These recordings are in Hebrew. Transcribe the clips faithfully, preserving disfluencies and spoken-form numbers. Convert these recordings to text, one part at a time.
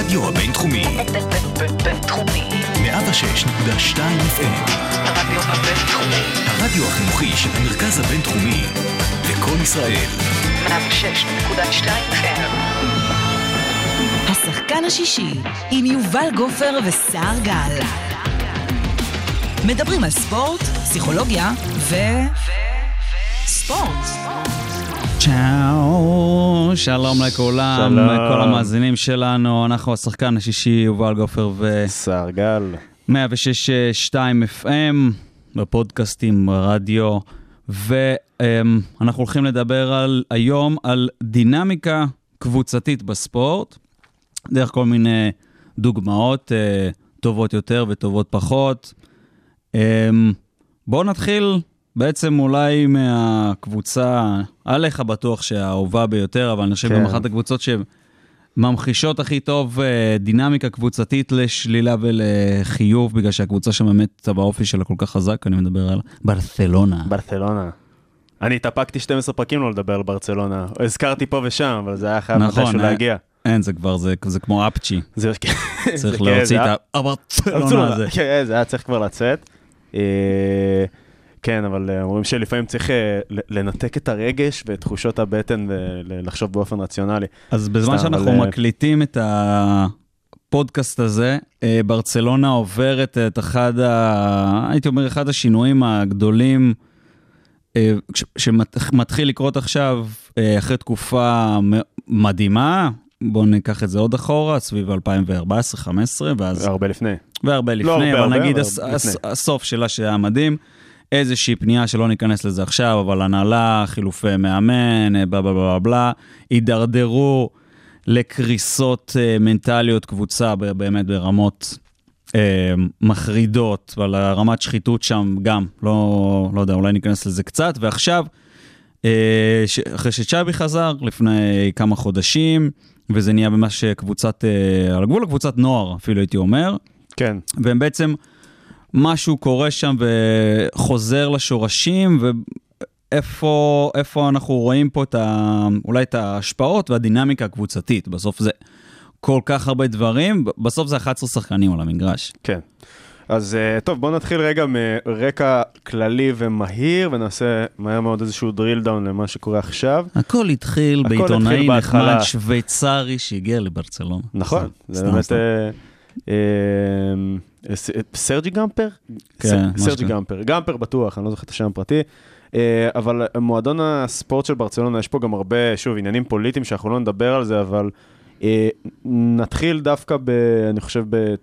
הרדיו הבינתחומי. בינתחומי. מאה ושש נקודה שתיים אף אם. הרדיו הבינתחומי. הרדיו החינוכי של המרכז הבינתחומי. לקום ישראל. מאה ושש נקודה שתיים אף אם. השחקן השישי עם יובל גופר וסער גל. מדברים על ספורט, פסיכולוגיה ו... ספורט. צ'או, שלום לכולם, שלום. כל המאזינים שלנו, אנחנו השחקן השישי יובל גופר ו... סער גל. מאה ושש נקודה שתיים אף אם בפודקאסטים ברדיו, ואנחנו הולכים לדבר על, היום על דינמיקה קבוצתית בספורט, דרך כל מיני דוגמאות אה, טובות יותר וטובות פחות. אה, בואו נתחיל בעצם אולי מהקבוצה, עליך בטוח שהאהובה ביותר, אבל אני חושב כן. במחת הקבוצות שממחישות הכי טוב אה, דינמיקה קבוצתית לשלילה ולחיוב, בגלל שהקבוצה שבאמת באופי שלה כל כך חזק, אני מדבר על ברצלונה. ברצלונה. אני התאפקתי שנים עשר פרקים לא לדבר על ברצלונה. הזכרתי פה ושם, אבל זה היה חייב נכון, מתישהו להגיע. אין, זה כבר, זה, זה כמו אפצ'י. זה צריך כן, להוציא זה את היה- הברצלונה הזה. כן, זה היה צריך כבר לצאת. אה, כן, אבל אה, אומרים שלפעמים צריך אה, ל- לנתק את הרגש ואת תחושות הבטן ולחשוב באופן רציונלי. אז בזמן סתם, שאנחנו אבל, אה, מקליטים את הפודקאסט הזה, אה, ברצלונה עוברת את אחד, ה... הייתי אומר, אחד השינויים הגדולים, אה, ש- שמתחיל לקרות עכשיו, אה, אחרי תקופה מ- מדהימה, בואו ניקח את זה עוד אחורה, סביב אלפיים וארבע עשרה חמש עשרה, ואז... הרבה לפני. והרבה לפני, הרבה, אבל הרבה, נגיד אבל הס- לפני. הס- הסוף שלה שהיה מדהים, איזושהי פנייה שלא ניכנס לזה עכשיו, אבל הנהלה, חילופי מאמן, בלה בלה בלה בלה, הידרדרו לקריסות אה, מנטליות קבוצה ב- באמת ברמות אה, מחרידות, אבל הרמת שחיתות שם גם, לא, לא יודע, אולי ניכנס לזה קצת, ועכשיו, אה, ש- אחרי שצ'אבי חזר, לפני כמה חודשים, וזה נהיה ממש קבוצת, אה, על הגבול לקבוצת נוער, אפילו הייתי אומר, כן. והם בעצם, משהו קורה שם וחוזר לשורשים, ואיפה איפה אנחנו רואים פה את ה, אולי את ההשפעות והדינמיקה הקבוצתית. בסוף זה כל כך הרבה דברים, בסוף זה אחת עשרה שחקנים על המגרש. כן. אז אה, טוב, בואו נתחיל רגע מרקע כללי ומהיר, ונעשה מהר מאוד איזשהו drill down למה שקורה עכשיו. הכל התחיל הכל בעיתונאי התחיל בהתחלה. נחמד שוויצרי שהגיע לברצלונה. נכון, זה סתם, באמת... סתם. אה, אה, ס- סרג'י גמפר? כן, ס- משהו סרג'י כזה. גמפר. גמפר בטוח, אני לא זוכר את השם הפרטי. אה, אבל מועדון הספורט של ברצלונה, יש פה גם הרבה, שוב, עניינים פוליטיים שאנחנו לא נדבר על זה, אבל אה, נתחיל דווקא ב... אני חושב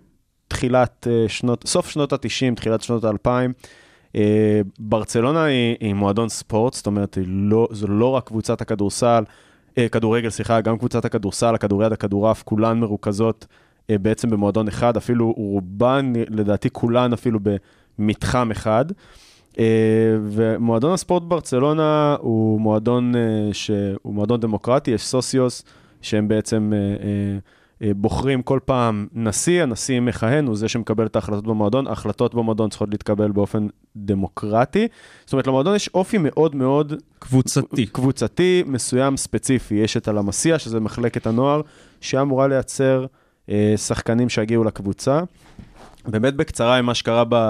בתחילת אה, שנות... סוף שנות ה-תשעים, תחילת שנות ה-אלפיים. אה, ברצלונה היא, היא מועדון ספורט, זאת אומרת, היא לא, זו לא רק קבוצת הכדורסל, אה, כדורגל, סליחה, גם קבוצת הכדורסל, הכדוריד, הכדורף, כולן מרוכזות אה, בעצם במועדון אחד, אפילו רובן, לדעתי כולן אפילו במתחם אחד. אה, ומועדון הספורט ברצלונה הוא מועדון, אה, שהוא מועדון דמוקרטי, יש סוציוס שהם בעצם אה, אה, אה, בוחרים כל פעם נשיא, הנשיא מכהן, הוא זה שמקבל את ההחלטות במועדון, ההחלטות במועדון צריכות להתקבל באופן דמוקרטי. זאת אומרת, למועדון יש אופי מאוד מאוד קבוצתי. קבוצתי מסוים ספציפי. יש את הלמסיה, שזה מחלקת הנוער, שאמורה לייצר אה, שחקנים שהגיעו לקבוצה. באמת בקצרה עם מה שקרה ב...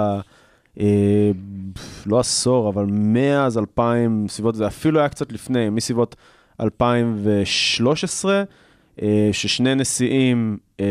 אה, לא עשור, אבל מאז אלפיים, סביבות זה אפילו היה קצת לפני, מסביבות אלפיים ושלוש עשרה, אה, ששני נשיאים אה,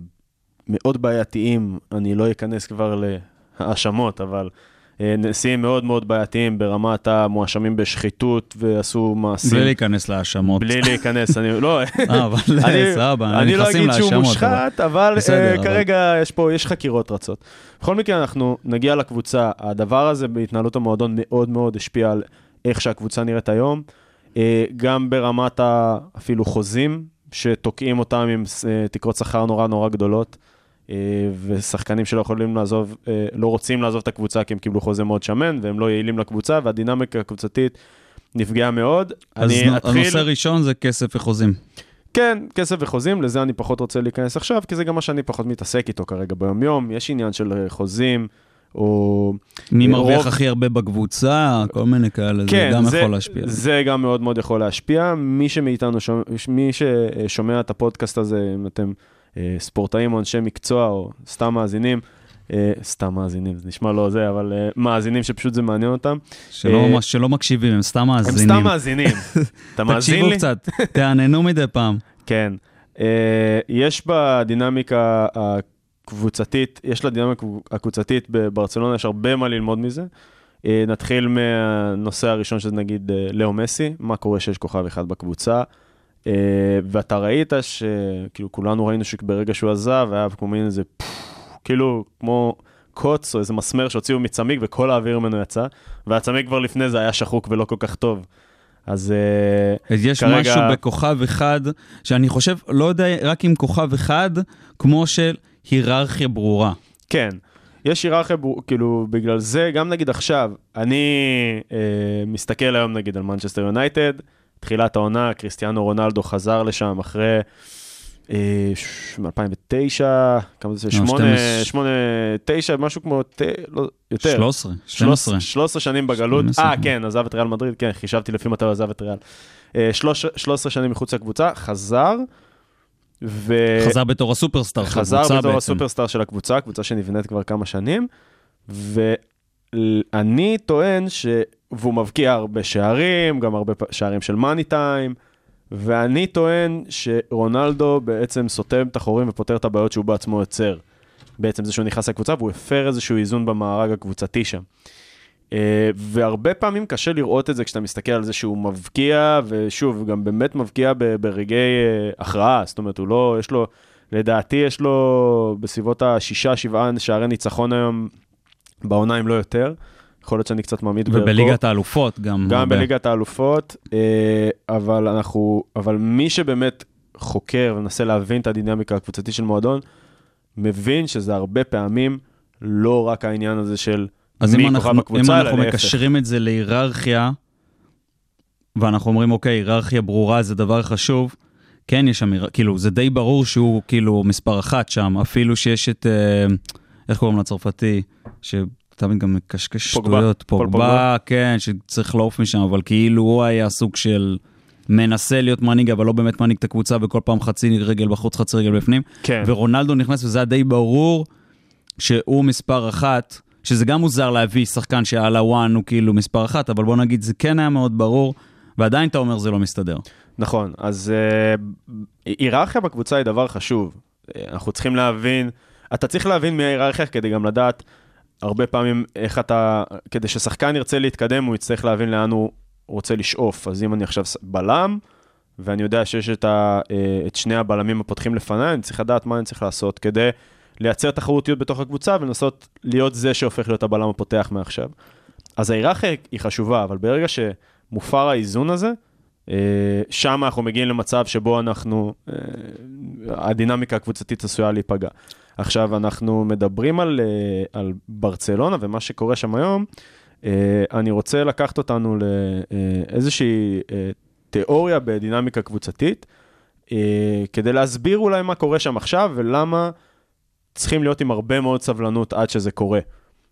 מאוד בעייתיים, אני לא אכנס כבר להאשמות, אבל אה, נשיאים מאוד מאוד בעייתיים ברמת המואשמים בשחיתות ועשו מעשים. בלי להיכנס להאשמות. בלי להיכנס, אני לא... אה, אבל אני- סבבה, אני לא נכנסים אגיד שהוא להאשמות, מושחת, אבל בסדר, אה, אבל- כרגע יש פה, יש חקירות רצות. בכל מקרה, אנחנו נגיע לקבוצה. הדבר הזה בהתנהלות המועדון מאוד מאוד השפיע על איך שהקבוצה נראית היום. אה, גם ברמת ה- אפילו חוזים, שתוקעים אותם עם אה, תקרות שכר נורא נורא גדולות, אה, ושחקנים שלא יכולים לעזוב, אה, לא רוצים לעזוב את הקבוצה, כי הם קיבלו חוזה מאוד שמן, והם לא יעילים לקבוצה, והדינמיקה הקבוצתית נפגעה מאוד. אז אני נו- אתחיל... הנושא ראשון זה כסף וחוזים. כן, כסף וחוזים, לזה אני פחות רוצה להיכנס עכשיו, כי זה גם מה שאני פחות מתעסק איתו כרגע ביום יום, יש עניין של אה, חוזים, או... מי רוב- מרוויח הכי הרבה בקבוצה, כל מיני כאלה, זה כן, גם זה, יכול להשפיע. זה גם מאוד מאוד יכול להשפיע. מי שמאיתנו, שומע, מי ששומע את הפודקאסט הזה, אם אתם ספורטאים או אנשי מקצוע, או סתם מאזינים, סתם מאזינים, זה נשמע לא זה, אבל מאזינים שפשוט זה מעניין אותם. שלא מקשיבים, הם סתם מאזינים. הם סתם מאזינים. אתה מאזין לי? תקשיבו קצת, תעננו מדי פעם. כן. יש בדינמיקה הקבוצתית, יש לדינמיקה הקבוצתית בברצלונה, יש הרבה מה ללמוד מזה. נתחיל מהנושא הראשון שזה נגיד לאו מסי, מה קורה שיש כוכב אחד בקבוצה, ואתה ראית שכאילו כולנו ראינו שברגע שהוא עזב, והיה כמו מין איזה כאילו כמו קוץ או איזה מסמר שהוציאו מצמיג וכל האוויר ממנו יצא, והצמיג כבר לפני זה היה שחוק ולא כל כך טוב. אז יש כרגע... משהו בכוכב אחד, שאני חושב, לא יודע רק עם כוכב אחד, כמו של היררכיה ברורה. כן, יש היררכיה ברורה, כאילו בגלל זה, גם נגיד עכשיו, אני אה, מסתכל היום נגיד על מנצ'סטר יונייטד, תחילת העונה, קריסטיאנו רונלדו חזר לשם אחרי מ-אלפיים ותשע, כמה זה? שמונה, שמונה, תשע, משהו כמו, לא, יותר. שלוש עשרה, שתים עשרה. שלוש עשרה שנים בגלות. אה, כן, עזב את ריאל מדריד, כן, חישבתי לפי מתי הוא עזב את ריאל. שלוש עשרה שנים מחוץ לקבוצה, חזר, ו... חזר בתור הסופרסטאר של הקבוצה בעצם. חזר בתור הסופרסטאר של הקבוצה, קבוצה שנבנית כבר כמה שנים, ואני טוען ש... והוא מבקיע הרבה שערים, גם הרבה שערים של מאני טיים, ואני טוען שרונלדו בעצם סותם את החורים ופותר את הבעיות שהוא בעצמו יוצר. בעצם זה שהוא נכנס לקבוצה, והוא הפר איזשהו איזון במארג הקבוצתי שם. והרבה פעמים קשה לראות את זה כשאתה מסתכל על זה שהוא מבקיע, ושוב, גם באמת מבקיע ברגעי הכרעה. זאת אומרת, הוא לא, יש לו, לדעתי יש לו בסביבות השישה, שבעה שערי ניצחון היום בעונה, אם לא יותר. יכול להיות שאני קצת מעמיד בערכו. ובליגת האלופות גם. גם הרבה. בליגת האלופות, אבל אנחנו, אבל מי שבאמת חוקר ומנסה להבין את הדינמיקה הקבוצתית של מועדון, מבין שזה הרבה פעמים לא רק העניין הזה של מי כוכב בקבוצה, אז אם אנחנו מקשרים את זה להיררכיה, ואנחנו אומרים, אוקיי, היררכיה ברורה זה דבר חשוב, כן יש שם, כאילו, זה די ברור שהוא כאילו מספר אחת שם, אפילו שיש את, איך קוראים לצרפתי, ש... תמיד גם מקשקש שטויות, פוגבה, כן, שצריך לעוף משם, אבל כאילו הוא היה סוג של מנסה להיות מנהיג, אבל לא באמת מנהיג את הקבוצה, וכל פעם חצי רגל בחוץ, חצי רגל בפנים, כן. ורונלדו נכנס, וזה היה די ברור שהוא מספר אחת, שזה גם מוזר להביא שחקן שעל הוואן הוא כאילו מספר אחת, אבל בוא נגיד, זה כן היה מאוד ברור, ועדיין אתה אומר זה לא מסתדר. נכון, אז אה, היררכיה בקבוצה היא דבר חשוב. אנחנו צריכים להבין, אתה צריך להבין מההיררכיה כדי גם לדעת, הרבה פעמים איך אתה, כדי ששחקן ירצה להתקדם, הוא יצטרך להבין לאן הוא רוצה לשאוף. אז אם אני עכשיו בלם, ואני יודע שיש את, ה, את שני הבלמים הפותחים לפניי, אני צריך לדעת מה אני צריך לעשות, כדי לייצר תחרותיות בתוך הקבוצה, ולנסות להיות זה שהופך להיות הבלם הפותח מעכשיו. אז ההיררכיה היא חשובה, אבל ברגע שמופר האיזון הזה, שם אנחנו מגיעים למצב שבו אנחנו, הדינמיקה הקבוצתית עשויה להיפגע. עכשיו, אנחנו מדברים על, על ברצלונה, ומה שקורה שם היום, אני רוצה לקחת אותנו לאיזושהי תיאוריה בדינמיקה קבוצתית, כדי להסביר אולי מה קורה שם עכשיו, ולמה צריכים להיות עם הרבה מאוד סבלנות עד שזה קורה.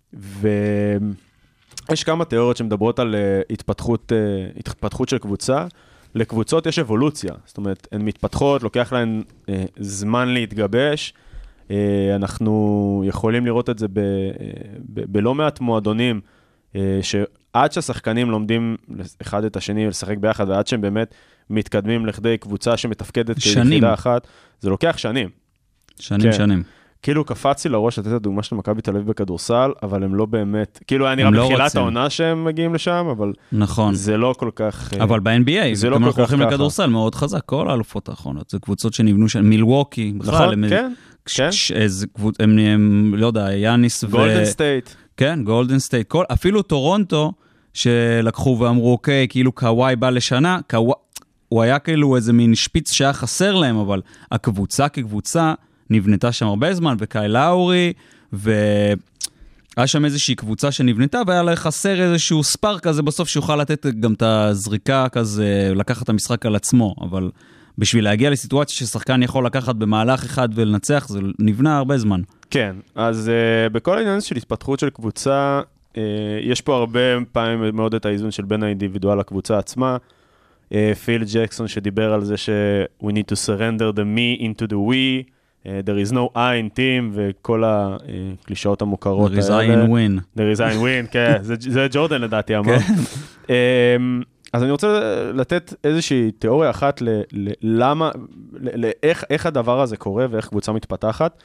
ויש כמה תיאוריות שמדברות על התפתחות, התפתחות של קבוצה. לקבוצות יש אבולוציה, זאת אומרת, הן מתפתחות, לוקח להן זמן להתגבש, אנחנו יכולים לראות את זה ב, ב, בלא מעט מועדונים, שעד שהשחקנים לומדים אחד את השני ולשחק ביחד, ועד שהם באמת מתקדמים לכדי קבוצה שמתפקדת כיחידה אחת, זה לוקח שנים. שנים, כן. שנים. כאילו קפצתי לראש לתת את הדוגמה של מכבי תל אביב בכדורסל, אבל הם לא באמת, כאילו היה נראה בתחילת העונה שהם מגיעים לשם, אבל נכון. זה לא כל כך... אבל ב-אן בי איי, זה לא כל כך ככה. אנחנו הולכים לכדורסל מאוד חזק, כל האלופות האחרונות, זה קבוצות שנבנו שם, מילווקי, בכלל, נכון, כן, כן. הם, לא יודע, יאניס ו... גולדן סטייט. כן, גולדן סטייט, אפילו טורונטו, שלקחו ואמרו, אוקיי, כאילו קוואי בא לשנה, הוא היה כאילו איזה מין שפיץ שהיה חסר להם, אבל הקבוצה כקבוצה נבנתה שם הרבה זמן, וקאי לאורי, והיה שם איזושהי קבוצה שנבנתה, והיה לה חסר איזשהו ספארק כזה בסוף, שיוכל לתת גם את הזריקה כזה, לקחת את המשחק על עצמו, אבל בשביל להגיע לסיטואציה ששחקן יכול לקחת במהלך אחד ולנצח, זה נבנה הרבה זמן. כן, אז uh, בכל העניין של התפתחות של קבוצה, uh, יש פה הרבה פעמים מאוד את האיזון של בין האינדיבידואל לקבוצה עצמה, פיל ג'קסון שדיבר על זה ש we need to surrender the me into the we, there is no I in team, וכל הקלישאות המוכרות there is I in win. there is I in win, כן, זה, זה ג'ורדן לדעתי אמר. אז אני רוצה לתת איזושהי תיאוריה אחת ל, ל, למה, ל, לאיך, איך הדבר הזה קורה ואיך קבוצה מתפתחת.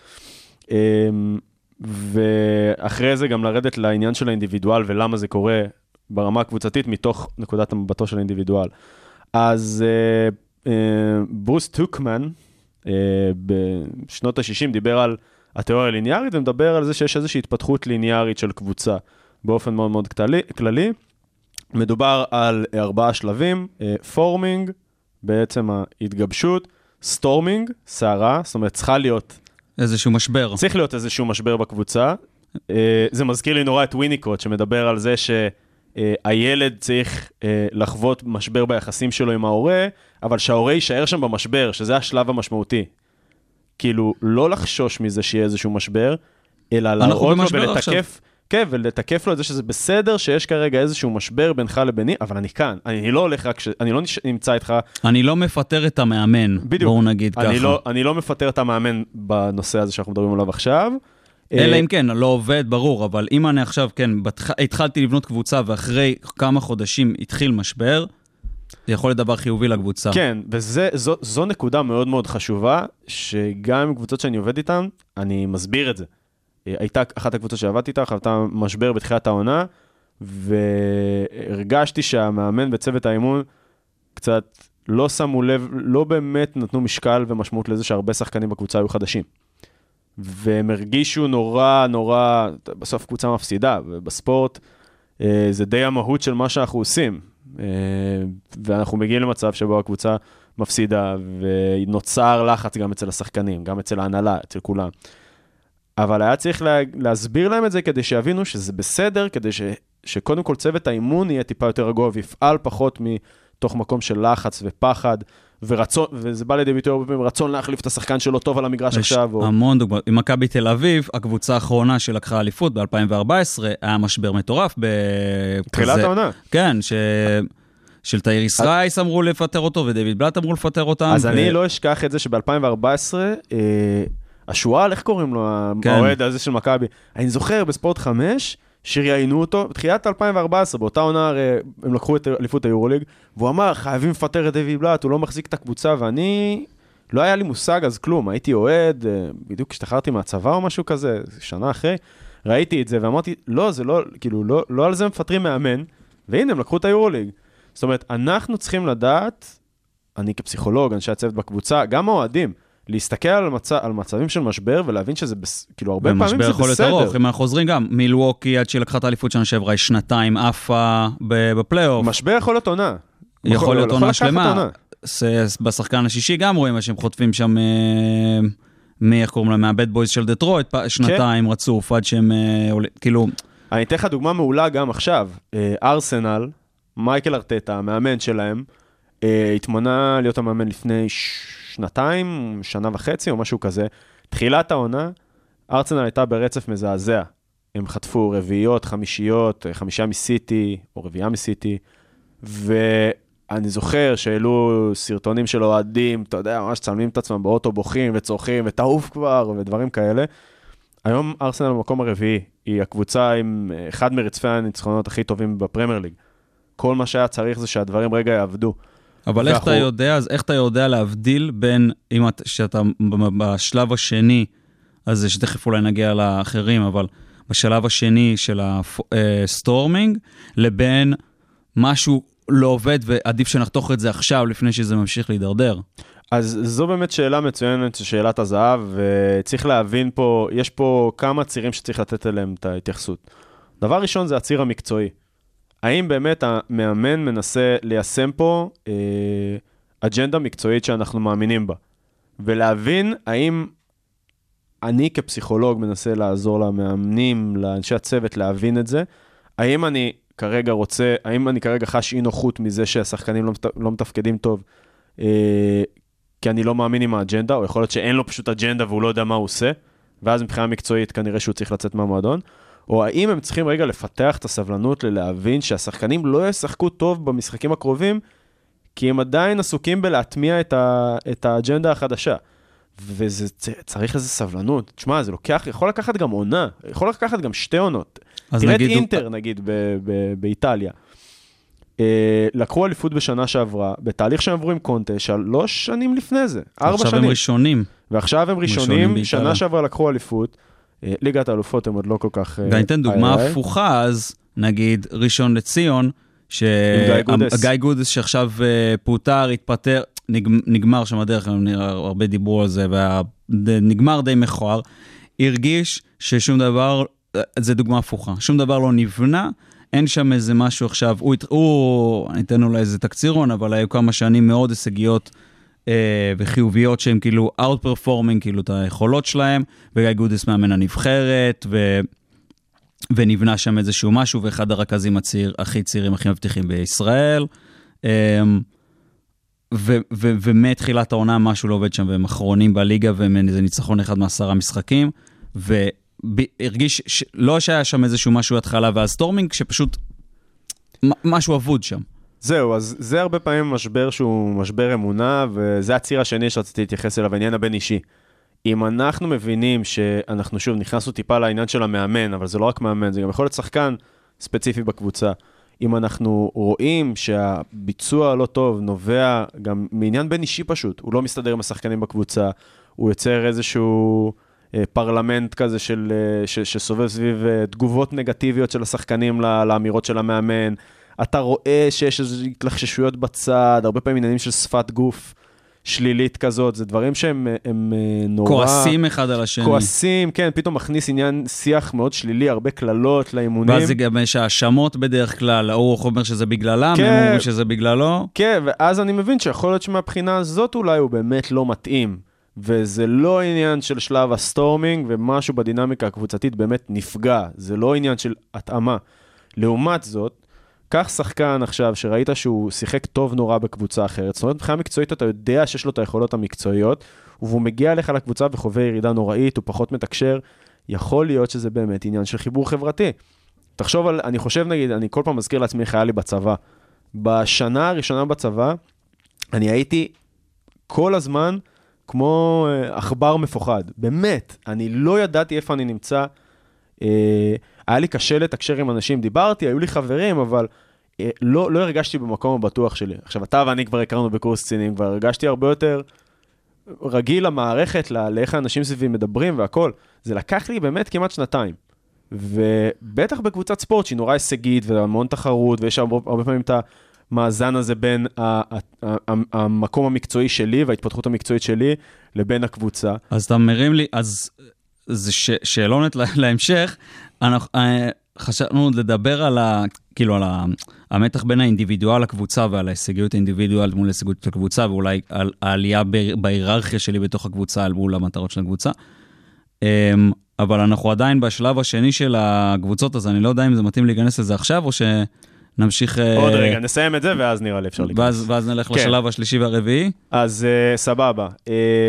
ואחרי זה גם לרדת לעניין של האינדיבידואל ולמה זה קורה ברמה הקבוצתית מתוך נקודת המבטו של האינדיבידואל. אז ברוס טוקמן בשנות ה-שישים דיבר על התיאוריה הליניארית, ומדבר על זה שיש איזושהי התפתחות ליניארית של קבוצה באופן מאוד מאוד כללי. מדובר על ארבעה שלבים, פורמינג, בעצם ההתגבשות, סטורמינג, סערה, זאת אומרת צריכה להיות איזשהו משבר. צריך להיות איזשהו משבר בקבוצה. זה מזכיר לי נורא את וויניקוט, שמדבר על זה שהילד צריך לחוות משבר ביחסים שלו עם ההורה, אבל שההורה יישאר שם במשבר, שזה השלב המשמעותי. כאילו, לא לחשוש מזה שיהיה איזשהו משבר, אלא להראות לו ולתקף, כן, ולתקף לו את זה שזה בסדר, שיש כרגע איזשהו משבר בינך לביני, אבל אני כאן, אני לא הולך רק, אני לא נמצא איתך. אני לא מפטר את המאמן, בואו נגיד ככה. אני לא מפטר את המאמן בנושא הזה שאנחנו מדברים עליו עכשיו. אלא אם כן, לא עובד, ברור, אבל אם אני עכשיו, כן, התחלתי לבנות קבוצה, ואחרי כמה חודשים התחיל משבר, זה יכול להיות דבר חיובי לקבוצה. כן, וזו נקודה מאוד מאוד חשובה, שגם עם קבוצות שאני עובד איתן, אני מסביר את זה. הייתה אחת הקבוצות שעבדתי איתה, חוותה משבר בתחילת העונה, והרגשתי שהמאמן בצוות האימון קצת לא שמו לב, לא באמת נתנו משקל ומשמעות לזה שהרבה שחקנים בקבוצה היו חדשים. והם הרגישו נורא, נורא, בסוף קבוצה מפסידה, ובספורט זה די המהות של מה שאנחנו עושים. ואנחנו מגיעים למצב שבו הקבוצה מפסידה, ונוצר לחץ גם אצל השחקנים, גם אצל ההנהלה, אצל כולם. אבל היה צריך לה, להסביר להם את זה כדי שיבינו שזה בסדר, כדי ש, שקודם כל צוות האימון יהיה טיפה יותר רגוע, ויפעל פחות מתוך מקום של לחץ ופחד, ורצון, וזה בא לידי ביטוי הרבה פעמים, רצון להחליף את השחקן שלו טוב על המגרש עכשיו. יש המון דוגמאות. עם מכבי תל אביב, הקבוצה האחרונה שלקחה אליפות ב-אלפיים וארבע עשרה, היה משבר מטורף. תחילת העונה. כן, ש... של תאיריס רייס אמרו לפטר אותו, ודייוויד בלאט אמרו לפטר אותם. אז אני לא אשכח את זה שב-אלפיים וארבע עשרה, השואל, איך קוראים לו, האוהד הזה של מכבי? אני זוכר בספורט חמש, שראיינו אותו, בתחילת אלפיים וארבע עשרה, באותה עונה הרי הם לקחו את אליפות היורוליג, והוא אמר, חייבים לפטר את דייוויד בלאט, הוא לא מחזיק את הקבוצה, ואני, לא היה לי מושג אז כלום, הייתי אוהד, בדיוק השתחררתי מהצבא או משהו כזה, שנה אחרי, ראיתי את זה, ואמרתי, לא, זה לא, כאילו, לא, לא על זה מפטרים מאמן, והנה, הם לקחו את היורוליג. זאת אומרת, אנחנו צריכים לדעת, אני כפסיכולוג, אנשי הצוות בקבוצה, גם האוהדים, להסתכל על, מצ... על מצבים של משבר ולהבין שזה, בס... כאילו, הרבה פעמים זה בסדר. ומשבר יכול להיות ארוך, אם אנחנו חוזרים גם, מילווקי עד שהיא לקחה את האליפות שנה שעברה, יש שנתיים אפה בפלייאוף. משבר יכול להיות עונה. יכול להיות עונה שלמה. בשחקן השישי גם רואים שהם חוטפים שם, מי, איך קוראים להם, מהבד בויז של דטרויט, שנתיים רצוף, עד שהם, כאילו... אני אתן לך דוגמה מעולה גם עכשיו. ארסנל, מייקל ארטטה, המאמן שלהם, התמנה להיות המאמן לפני שנתיים, שנה וחצי או משהו כזה. תחילת העונה, ארסנל הייתה ברצף מזעזע. הם חטפו רביעיות, חמישיות, חמישה מסיטי, או רביעה מסיטי, ואני זוכר שהעלו סרטונים של אוהדים, אתה יודע, ממש צלמים את עצמם באוטו, בוכים וצורכים, ותעוף כבר, ודברים כאלה. היום ארסנל במקום הרביעי, היא הקבוצה עם אחד מרצפי הניצחונות הכי טובים בפרמייר ליג. כל מה שהיה צריך זה שהדברים רגע יעבדו. אבל איך אתה יודע, אז איך אתה יודע להבדיל בין, אם שאתה בשלב השני, אז שתכף אולי נגיע לאחרים, אבל בשלב השני של הסטורמינג, לבין משהו לא עובד, ועדיף שנחתוך את זה עכשיו, לפני שזה ממשיך להידרדר. אז זו באמת שאלה מצוינת, שאלת הזהב, וצריך להבין פה, יש פה כמה צירים שצריך לתת אליהם את ההתייחסות. דבר ראשון זה הציר המקצועי. האם באמת המאמן מנסה ליישם פה אה, אג'נדה מקצועית שאנחנו מאמינים בה? ולהבין האם אני כפסיכולוג מנסה לעזור למאמנים, לאנשי הצוות להבין את זה, האם אני כרגע רוצה, האם אני כרגע חש אי נוחות מזה שהשחקנים לא, לא מתפקדים טוב, אה, כי אני לא מאמין עם האג'נדה, או יכול להיות שאין לו פשוט אג'נדה והוא לא יודע מה הוא עושה, ואז מבחינה מקצועית כנראה שהוא צריך לצאת מהמועדון, או האם הם צריכים רגע לפתח את הסבלנות ללהבין שהשחקנים לא ישחקו טוב במשחקים הקרובים, כי הם עדיין עסוקים בלהטמיע את, ה, את האג'נדה החדשה. וזה צריך איזה סבלנות. תשמע, זה לוקח, יכול לקחת גם עונה, יכול לקחת גם שתי עונות. תראה את אינטר, נגיד, באיטליה. לקחו אליפות בשנה שעברה, בתהליך שהם עברו עם קונטה, שלוש שנים לפני זה, ארבע שנים. עכשיו הם ראשונים. ועכשיו הם ראשונים, שנה שעברה לקחו אליפות, ליגת האלופות הם עוד לא כל כך... ואני אתן דוגמה הפוכה, אז נגיד ראשון לציון, שגיא גודס שעכשיו פוטר, התפטר, נגמר שם הדרך, הרבה דיברו על זה, ונגמר די מכוער, הרגיש ששום דבר, זה דוגמה הפוכה, שום דבר לא נבנה, אין שם איזה משהו עכשיו, הוא, הוא אני אתן לו איזה תקצירון, אבל היו כמה שנים מאוד הישגיות אה, וחיוביות שהם כאילו out-performing, כאילו את היכולות שלהם, וגיא גודס מאמן הנבחרת, ו, ונבנה שם איזשהו משהו, ואחד הרכזים הצעיר, הכי צעירים, הכי מבטיחים בישראל, אה, ו, ו, ומתחילת העונה משהו לא עובד שם, והם אחרונים בליגה, וזה ניצחון אחד מעשרה משחקים, ו... הרגיש שלא שהיה שם איזשהו משהו התחלה והסטורמינג, שפשוט משהו עבוד שם. זהו, אז זה הרבה פעמים משבר שהוא משבר אמונה, וזה הציר השני שרציתי להתייחס אליו, העניין הבין אישי. אם אנחנו מבינים שאנחנו שוב נכנסנו טיפה לעניין של המאמן, אבל זה לא רק מאמן, זה גם יכול להיות שחקן ספציפי בקבוצה. אם אנחנו רואים שהביצוע לא טוב, נובע גם מעניין בין אישי פשוט, הוא לא מסתדר עם השחקנים בקבוצה, הוא יוצר איזשהו... פרלמנט כזה של, ש, שסובב סביב תגובות נגטיביות של השחקנים לאמירות של המאמן. אתה רואה שיש איזו התלחששויות בצד, הרבה פעמים עניינים של שפת גוף שלילית כזאת, זה דברים שהם הם נורא... כועסים אחד על השני. כועסים, כן, פתאום מכניס עניין שיח מאוד שלילי, הרבה כללות לאימונים. ואז זה גם יש האשמות בדרך כלל, הוא אומר שזה בגללם, כן, הם אומרים שזה בגללו. כן, ואז אני מבין שיכול להיות שמהבחינה הזאת אולי הוא באמת לא מתאים. וזה לא עניין של שלב הסטורמינג, ומשהו בדינמיקה הקבוצתית באמת נפגע. זה לא עניין של התאמה. לעומת זאת, כך שחקן עכשיו שראית שהוא שיחק טוב נורא בקבוצה אחרת, זאת אומרת, מבחינה מקצועית אתה יודע שיש לו את היכולות המקצועיות, והוא מגיע לך לקבוצה וחווה ירידה נוראית, הוא פחות מתקשר, יכול להיות שזה באמת עניין של חיבור חברתי. תחשוב על, אני חושב נגיד, אני כל פעם מזכיר לעצמי איך היה לי בצבא. בשנה הראשונה בצבא, אני הייתי כל הזמן כמו אכבר מפוחד. באמת, אני לא ידעתי איפה אני נמצא. היה לי קשה לתקשר עם אנשים, דיברתי, היו לי חברים, אבל לא, לא הרגשתי במקום הבטוח שלי. עכשיו, אתה ואני כבר הכרנו בקורס קצינים, כבר הרגשתי הרבה יותר רגיל למערכת, לאיך האנשים סביבי מדברים והכל. זה לקח לי באמת כמעט שנתיים. ובטח בקבוצת ספורט, שהיא נורא הישגית והמון תחרות, ויש הרבה, הרבה פעמים את המאזן הזה בין המקום המקצועי שלי וההתפתחות המקצועית שלי לבין הקבוצה. אז אתה מרים לי, אז זה ש, שאלונת להמשך, אנחנו חשבנו לדבר על ה, כאילו על ה, המתח בין האינדיבידואל לקבוצה ועל ההישגיות האינדיבידואל מול ההישגיות הקבוצה, ואולי על העלייה בהיררכיה שלי בתוך הקבוצה על מול המטרות של הקבוצה. אבל אנחנו עדיין בשלב השני של הקבוצות, אז אני לא יודע אם זה מתאים להיכנס לזה עכשיו, או שנמשיך... עוד רגע, נסיים את זה, ואז נראה לי אפשר להיכנס. ואז, ואז נלך כן. לשלב השלישי והרביעי. אז uh, סבבה. Uh,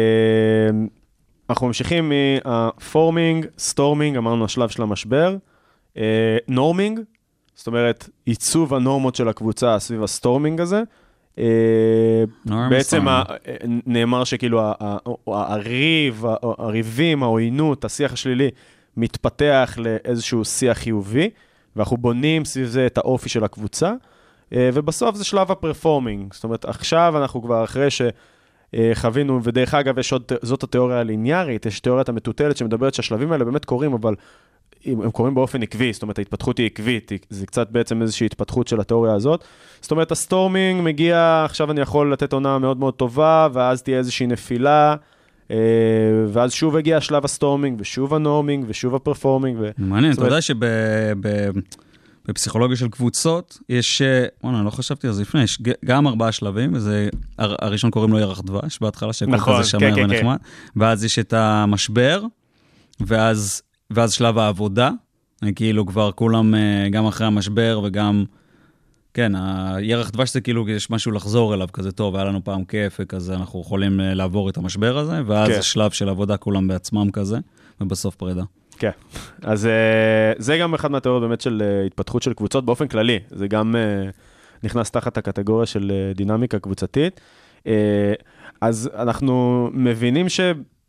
אנחנו ממשיכים מהפורמינג, סטורמינג, אמרנו השלב של המשבר, uh, נורמינג, זאת אומרת, עיצוב הנורמות של הקבוצה סביב הסטורמינג הזה, Uh, בעצם ה, נאמר שכאילו הריב, הריבים, העוינות, השיח השלילי מתפתח לאיזשהו שיח חיובי, ואנחנו בונים סביב זה את האופי של הקבוצה, uh, ובסוף זה שלב הפרפורמינג, זאת אומרת עכשיו אנחנו כבר אחרי שחווינו, ודרך אגב יש עוד, זאת התיאוריה הליניארית, יש תיאוריית המטוטלת שמדברת שהשלבים האלה באמת קורים, אבל הם קוראים באופן עקבי, זאת אומרת, ההתפתחות היא עקבית, זה קצת בעצם איזושהי התפתחות של התיאוריה הזאת. זאת אומרת, הסטורמינג מגיע, עכשיו אני יכול לתת עונה מאוד מאוד טובה, ואז תהיה איזושהי נפילה, ואז שוב הגיע שלב הסטורמינג, ושוב הנורמינג, ושוב הפרפורמינג. מעניין, אתה יודע שבפסיכולוגיה של קבוצות, יש, וואלה, אני לא חשבתי על זה לפני, יש גם ארבעה שלבים, וזה, הראשון קוראים לו ירח דבש, בהתחלה שהכל כזה שמר ונחמד, ואז יש את המשבר, ואז ואז שלב העבודה, כאילו כבר כולם, גם אחרי המשבר וגם, כן, הירח דבש זה כאילו יש משהו לחזור אליו כזה טוב, היה לנו פעם כיף וכזה, אנחנו יכולים לעבור את המשבר הזה, ואז כן. השלב של עבודה כולם בעצמם כזה, ובסוף פרידה. כן, אז זה גם אחד מהתיאוריות באמת של התפתחות של קבוצות באופן כללי, זה גם נכנס תחת הקטגוריה של דינמיקה קבוצתית, אז אנחנו מבינים ש...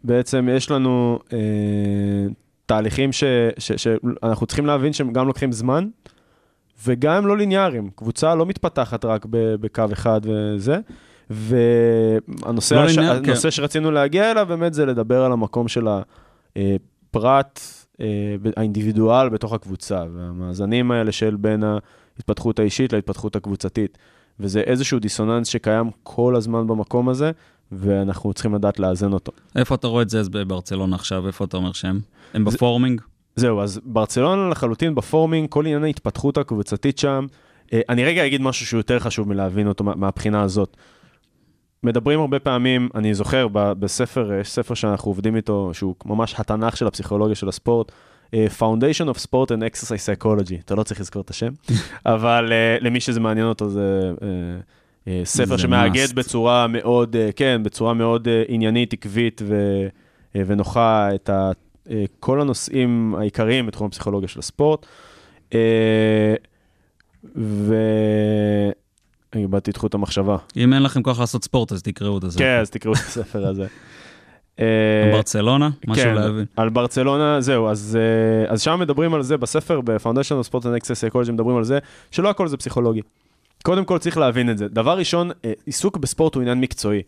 בעצם יש לנו אה, תהליכים ש, ש, שאנחנו צריכים להבין שהם גם לוקחים זמן, וגם הם לא ליניאריים. קבוצה לא מתפתחת רק בקו אחד וזה, והנושא לא הש... ליניאר, הנושא כן. שרצינו להגיע אליו באמת זה לדבר על המקום של הפרט, האינדיבידואל בתוך הקבוצה, והמאזנים האלה של בין ההתפתחות האישית להתפתחות הקבוצתית. וזה איזשהו דיסוננס שקיים כל הזמן במקום הזה, ואנחנו צריכים לדעת לאזן אותו. איפה אתה רואה את זה בברצלונה עכשיו? איפה אתה אומר שהם? הם בפורמינג? זהו, אז ברצלונה לחלוטין בפורמינג, כל עניין ההתפתחות הקבוצתית שם, אני רגע אגיד משהו שהוא יותר חשוב מלהבין אותו מהבחינה הזאת. מדברים הרבה פעמים, אני זוכר בספר, יש ספר שאנחנו עובדים איתו, שהוא ממש התנ"ך של הפסיכולוגיה של הספורט, Foundation of Sport and Exercise Psychology, אתה לא צריך לזכור את השם, אבל למי שזה מעניין אותו זה ספר שמאגד בצורה מאוד, כן, בצורה מאוד עניינית, עקבית ונוחה את כל הנושאים העיקריים בתחום הפסיכולוגיה של הספורט. ו... אני באתי את חוט המחשבה. אם אין לכם כוח לעשות ספורט, אז תקראו את זה. כן, אז תקראו את הספר הזה. ברצלונה? משהו להבין. על ברצלונה, זהו, אז שם מדברים על זה, בספר, ב-Foundation of Sport and Exercise Psychology, מדברים על זה, שלא הכל זה פסיכולוגי. קודם כל צריך להבין את זה. דבר ראשון, עיסוק בספורט הוא עניין מקצועי.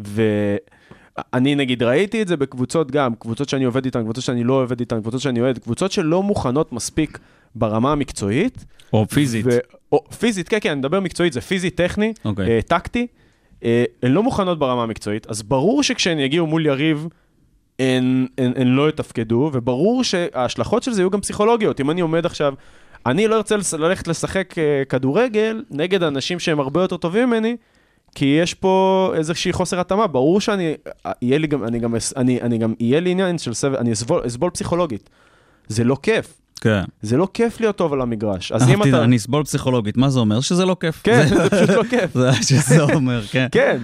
ואני נגיד ראיתי את זה בקבוצות גם, קבוצות שאני עובד איתן, קבוצות שאני לא עובד איתן, קבוצות שאני אוהד, קבוצות שלא מוכנות מספיק ברמה המקצועית. או פיזית. ו... או פיזית, כן, כן, אני מדבר מקצועית, זה פיזית, טכני, okay. אה, טקטי. אה, הן לא מוכנות ברמה המקצועית, אז ברור שכשהן יגיעו מול יריב, הן, הן, הן לא יתפקדו, וברור שההשלכות של זה יהיו גם פסיכולוגיות. אם אני עומד עכשיו, אני לא ארצה ללכת לשחק אה, כדורגל נגד אנשים שהם הרבה יותר טובים ממני, כי יש פה איזושהי חוסר התאמה. ברור שאני, יהיה לי גם, אני גם, אני, אני גם, יהיה לי עניין של סבל, אני אסבול, אסבול פסיכולוגית. זה לא כיף. כן. זה לא כיף להיות טוב על המגרש. אז אם אתה... אני אסבול פסיכולוגית, מה זה אומר? שזה לא כיף. כן, זה פשוט לא כיף. זה שזה אומר, כן. כן,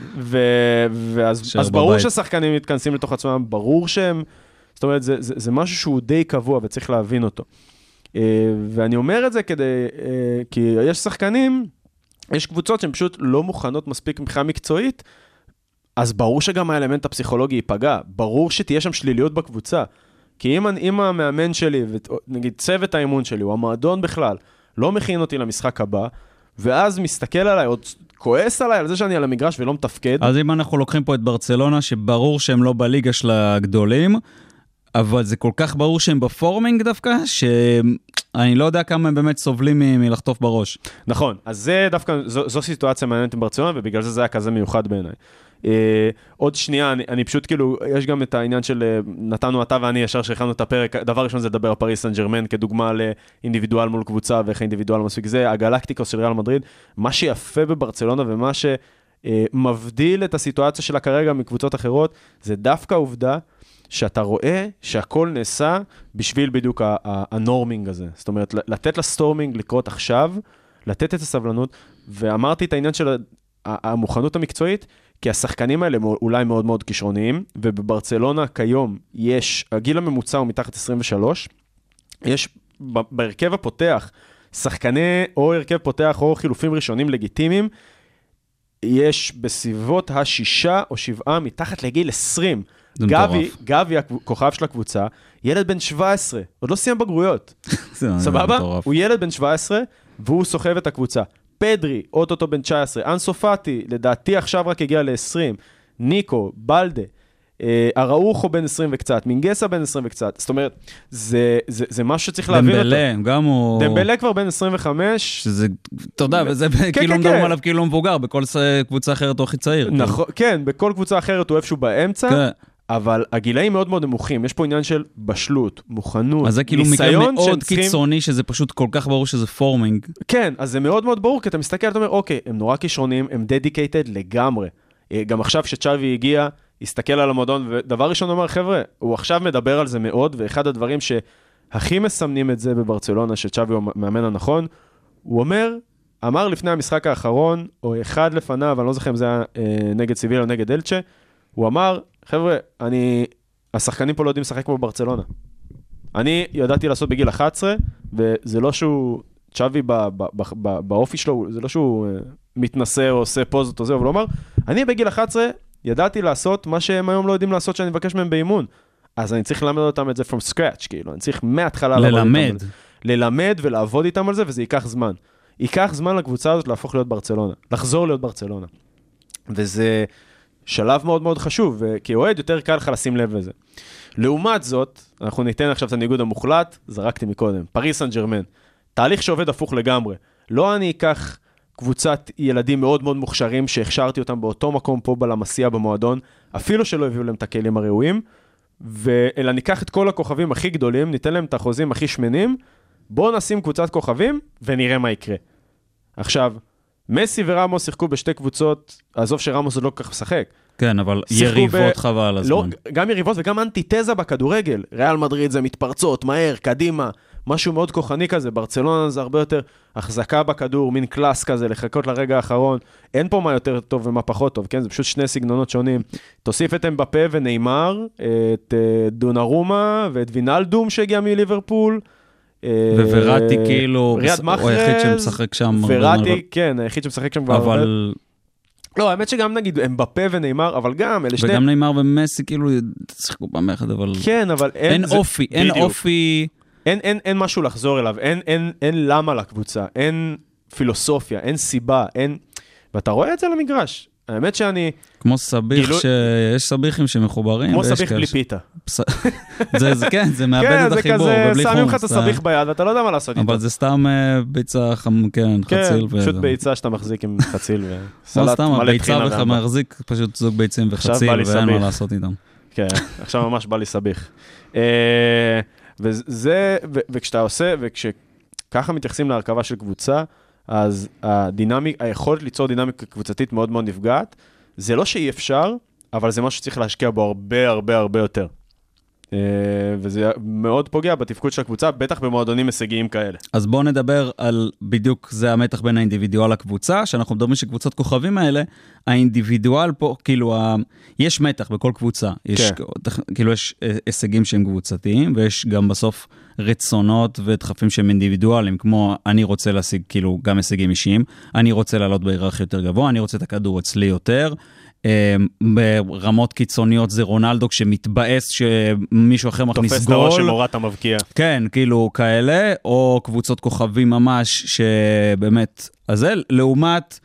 ואז ברור ששחקנים מתכנסים לתוך עצמם, ברור שהם, זאת אומרת, זה משהו שהוא די קבוע וצריך להבין אותו. ואני אומר את זה כדי, כי יש שחקנים, יש קבוצות שהן פשוט לא מוכנות מספיק מבחינה מקצועית, אז ברור שגם האלמנט הפסיכולוגי ייפגע, ברור שתהיה שם שליליות בקבוצה. כי אם, אם המאמן שלי, נגיד צוות האימון שלי, או המועדון בכלל, לא מכין אותי למשחק הבא, ואז מסתכל עליי, או כועס עליי על זה שאני על המגרש ולא מתפקד. אז אם אנחנו לוקחים פה את ברצלונה, שברור שהם לא בליגה של הגדולים, אבל זה כל כך ברור שהם בפורמינג דווקא, שאני לא יודע כמה הם באמת סובלים מ- מלחטוף בראש. נכון, אז זה דווקא, זו, זו סיטואציה מעניינת עם ברצלונה, ובגלל זה זה היה כזה מיוחד בעיניי. Uh, עוד שנייה, אני, אני פשוט כאילו, יש גם את העניין של, uh, נתנו אתה ואני ישר שהכנו את הפרק, דבר ראשון זה לדבר על פריס סן ז'רמן, כדוגמה לאינדיבידואל מול קבוצה, ואיך האינדיבידואל מספיק זה, הגלקטיקוס של ריאל מדריד, מה שיפה בברצלונה ומה שמבדיל את הסיטואציה שלה כרגע מקבוצות אחרות, זה דווקא העובדה שאתה רואה שהכל נעשה בשביל בדיוק הנורמינג הזה, זאת אומרת, לתת לסטורמינג לקרות עכשיו, לתת את הסבלנות, ואמרתי את העניין של המוכנות המקצועית, כי השחקנים האלה אולי מאוד מאוד כישרוניים, ובברצלונה כיום יש, הגיל הממוצע הוא מתחת עשרים ושלוש, יש בהרכב הפותח, שחקני או הרכב פותח או חילופים ראשונים לגיטימיים, יש בסביבות השישה או שבעה מתחת לגיל עשרים. גבי, גבי, הכוכב של הקבוצה, ילד בן שבע עשרה, עוד לא סיים בגרויות. סבבה? הוא ילד בן שבע עשרה, והוא סוחב את הקבוצה. פדרי, אוטוטו בן תשע עשרה, אנסו פאטי, לדעתי עכשיו רק הגיע ל-עשרים, ניקו, בלדה, אה, אראוחו בן עשרים וקצת, מינגסה בן עשרים וקצת, זאת אומרת, זה, זה, זה משהו שצריך להבין אותו. דמבלה, גם הוא... דמבלה כבר בן עשרים וחמש. שזה, אתה יודע, וזה כאילו מדברים עליו כאילו מבוגר, בכל קבוצה אחרת הוא הכי צעיר. נכון, כן, בכל קבוצה אחרת הוא איפשהו באמצע, כן. אבל הגילאים מאוד מאוד נמוכים, יש פה עניין של בשלות, מוכנות, אז זה כאילו מקרה מאוד קיצוני, שזה פשוט כל כך ברור שזה פורמינג. כן, אז זה מאוד מאוד ברור, כי אתה מסתכל, אתה אומר, אוקיי, הם נורא כישרונים, הם dedicated לגמרי. גם עכשיו שצ'אבי הגיע, הסתכל על המועדון, ודבר ראשון אומר, חבר'ה, הוא עכשיו מדבר על זה מאוד, ואחד הדברים שהכי מסמנים את זה בברצלונה, שצ'אבי הוא מאמן הנכון, הוא אומר, אמר לפני המשחק האחרון, או אחד לפניו, אני לא זוכר אם זה היה נגד סיבילה או נגד אלצ'ה, הוא אמר, חבר'ה, אני, השחקנים פה לא יודעים לשחק כמו ברצלונה. אני ידעתי לעשות בגיל אחת עשרה, וזה לא שהוא, צ'אבי באופי שלו, זה לא שהוא מתנסה או עושה פוזות או זה, אבל הוא אמר, אני בגיל אחת עשרה ידעתי לעשות מה שהם היום לא יודעים לעשות שאני מבקש מהם באימון. אז אני צריך ללמד אותם את זה from scratch, כאילו, אני צריך מההתחלה ללמד. ללמד ולעבוד איתם על זה, וזה ייקח זמן. ייקח זמן לקבוצה הזאת להפוך להיות ברצלונה, לחזור להיות ברצלונה. וזה שלב מאוד מאוד חשוב, וכי אוהד יותר קל לך לשים לב לזה. לעומת זאת, אנחנו ניתן עכשיו את הניגוד המוחלט, זרקתי מקודם, פריס סן ז'רמן, תהליך שעובד הפוך לגמרי. לא אני אקח קבוצת ילדים מאוד מאוד מוכשרים, שהכשרתי אותם באותו מקום פה בלמסייה במועדון, אפילו שלא הביאו להם את הכלים הראויים, אלא ניקח את כל הכוכבים הכי גדולים, ניתן להם את החוזים הכי שמנים, בואו נשים קבוצת כוכבים ונראה מה יקרה. עכשיו, מסי ורמוס שיחקו בשתי קבוצות, עזוב שרמוס עוד לא כל כך משחק. כן, אבל יריבות ב... חבל הזמן. לא, גם יריבות וגם אנטיתזה בכדורגל. ריאל מדריד זה מתפרצות, מהר, קדימה, משהו מאוד כוחני כזה. ברצלונה זה הרבה יותר החזקה בכדור, מין קלאס כזה, לחכות לרגע האחרון. אין פה מה יותר טוב ומה פחות טוב, כן? זה פשוט שני סגנונות שונים. תוסיף את אמבפה וניימר, את דונרומה ואת וינלדום שהגיע מליברפול. ווראטי כאילו, הוא היחיד שמשחק שם. וראטי, כן, היחיד שמשחק שם כבר. אבל... לא, האמת שגם נגיד אמבפה וניימר, אבל גם אלה שני... וגם ניימר ומסי כאילו שיחקו במחד, אבל... כן, אבל אין... אין אופי, אין אופי... אין, אין, אין משהו לחזור אליו, אין, אין, אין למה לקבוצה, אין פילוסופיה, אין סיבה, אין... ואתה רואה את זה למגרש. האמת שאני... כמו סביך, גילו... שיש סביכים שמחוברים. כמו סביך בלי פיתה. זה, זה כן, זה מאבד את החיבור. כן, זה כזה, שמים לך את הסביך ביד, ואתה לא יודע מה לעשות איתו. אבל זה סתם ביצה, כן, חציל. כן, פשוט ביצה שאתה מחזיק עם חציל וסלט מלא טחינה. ביצה מחזיק פשוט זוג ביצים וחציל, ואין מה לעשות איתם. כן, עכשיו ממש בא לי סביך. וזה, וכשאתה עושה, וכשככה מתייחסים להרכבה של קבוצה, אז הדינמיק, היכולת ליצור דינמיקה קבוצתית מאוד מאוד נפגעת. זה לא שאי אפשר, אבל זה משהו שצריך להשקיע בו הרבה הרבה הרבה יותר. וזה מאוד פוגע בתפקוד של הקבוצה, בטח במועדונים הישגיים כאלה. אז בואו נדבר על בדיוק זה המתח בין האינדיבידואל לקבוצה, שאנחנו מדברים שקבוצות כוכבים האלה, האינדיבידואל פה, כאילו, ה... יש מתח בכל קבוצה. יש, כן. כאילו, יש הישגים שהם קבוצתיים, ויש גם בסוף רצונות ודחפים שהם אינדיבידואליים, כמו אני רוצה להשיג כאילו גם הישגים אישיים, אני רוצה לעלות בהיררכיה יותר גבוה, אני רוצה את הכדור אצלי יותר, ברמות קיצוניות זה רונלדו שמתבאס שמישהו אחר מכניס גול. תופס את הראש שמורת המבקיע. כן, כאילו כאלה, או קבוצות כוכבים ממש שבאמת, אז זה לעומת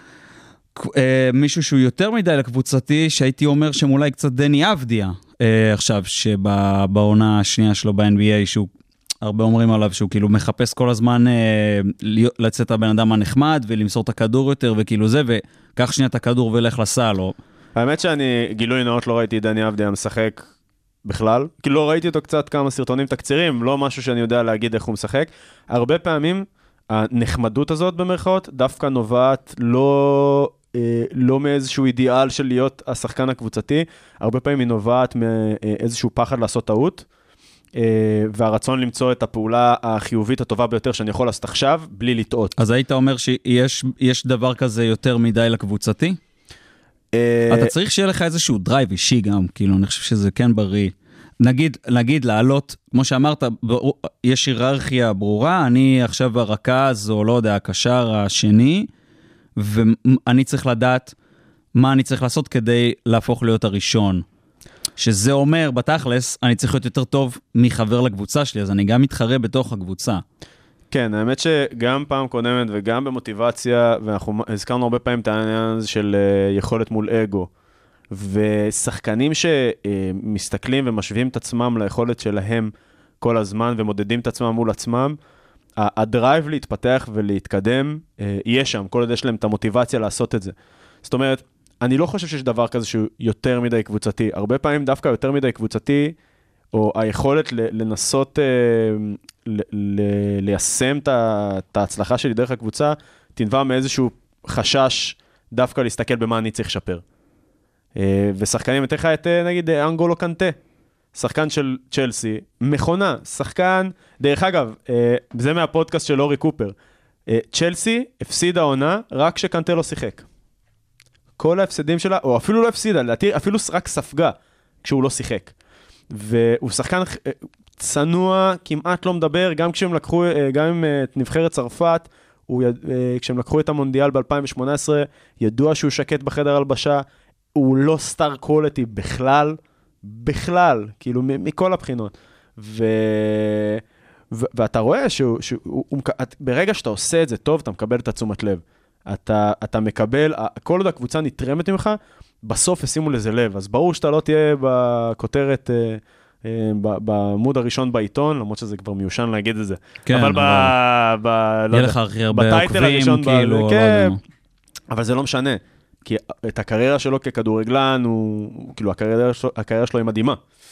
מישהו שהוא יותר מדי לקבוצתי, שהייתי אומר שאולי קצת דני אבדיה, עכשיו שבעונה השנייה שלו ב-אן בי איי, שהוא הרבה אומרים עליו שהוא כאילו מחפש כל הזמן לצאת הבן אדם הנחמד ולמסור את הכדור יותר וכאילו זה, וקח שנייה את הכדור ולך לסל. האמת שאני גילוי נאות לא ראיתי דני אבדיה משחק בכלל, כאילו לא ראיתי אותו קצת כמה סרטונים תקצירים, לא משהו שאני יודע להגיד איך הוא משחק. הרבה פעמים הנחמדות הזאת במרכאות דווקא נובעת לא... לא מאיזשהו אידיאל של להיות השחקן הקבוצתי, הרבה פעמים היא נובעת מאיזשהו פחד לעשות טעות, והרצון למצוא את הפעולה החיובית הטובה ביותר שאני יכול לעשות עכשיו, בלי לטעות. אז היית אומר שיש דבר כזה יותר מדי לקבוצתי? אתה צריך שיהיה לך איזשהו דרייב אישי גם, כאילו אני חושב שזה כן בריא. נגיד, נגיד לעלות, כמו שאמרת, יש היררכיה ברורה, אני עכשיו הרכז, או לא יודע, הקשר השני, ואני צריך לדעת מה אני צריך לעשות כדי להפוך להיות הראשון. שזה אומר, בתכלס, אני צריך להיות יותר טוב מחבר לקבוצה שלי, אז אני גם מתחרה בתוך הקבוצה. כן, האמת שגם פעם קודמת וגם במוטיבציה, ואנחנו הזכרנו הרבה פעמים את העניין הזה של יכולת מול אגו, ושחקנים שמסתכלים ומשווים את עצמם ליכולת שלהם כל הזמן, ומודדים את עצמם מול עצמם, הדרייב להתפתח ולהתקדם, יהיה שם, כל עוד יש להם את המוטיבציה לעשות את זה. זאת אומרת, אני לא חושב שיש דבר כזה שהוא יותר מדי קבוצתי. הרבה פעמים דווקא יותר מדי קבוצתי, או היכולת לנסות ליישם את ההצלחה שלי דרך הקבוצה, תנבע מאיזשהו חשש דווקא להסתכל במה אני צריך לשפר. ושחקנים יותר לך את, נגיד, אנגולו קנטה. שחקן של צ'לסי, מכונה, שחקן, דרך אגב, זה מהפודקאסט של אורי קופר, צ'לסי הפסידה עונה רק כשקנטה לא שיחק. כל ההפסדים שלה, או אפילו לא הפסידה, אפילו רק ספגה כשהוא לא שיחק. והוא שחקן צנוע, כמעט לא מדבר, גם כשהם לקחו, גם עם נבחרת צרפת, כשהם לקחו את המונדיאל ב-אלפיים שמונה עשרה, ידוע שהוא שקט בחדר הלבשה, הוא לא סטאר קואליטי בכלל, בכלל, כאילו מכל הבחינות. ו... ו... ואתה רואה שהוא, שהוא, הוא... ברגע שאתה עושה את זה טוב, אתה מקבל את התשומת לב. אתה, אתה מקבל, כל עוד הקבוצה נתרמת ממך, בסוף ישימו לזה לב. אז ברור שאתה לא תהיה בכותרת, בעמוד הראשון בעיתון, למרות שזה כבר מיושן להגיד את זה. כן, אבל ב... ב... יהיה לך הכי הרבה עוקבים, כאילו, כן, אבל זה לא משנה. כי את הקריירה שלו ככדורגלן, הוא, כאילו, הקריירה שלו, הקריירה שלו היא מדהימה.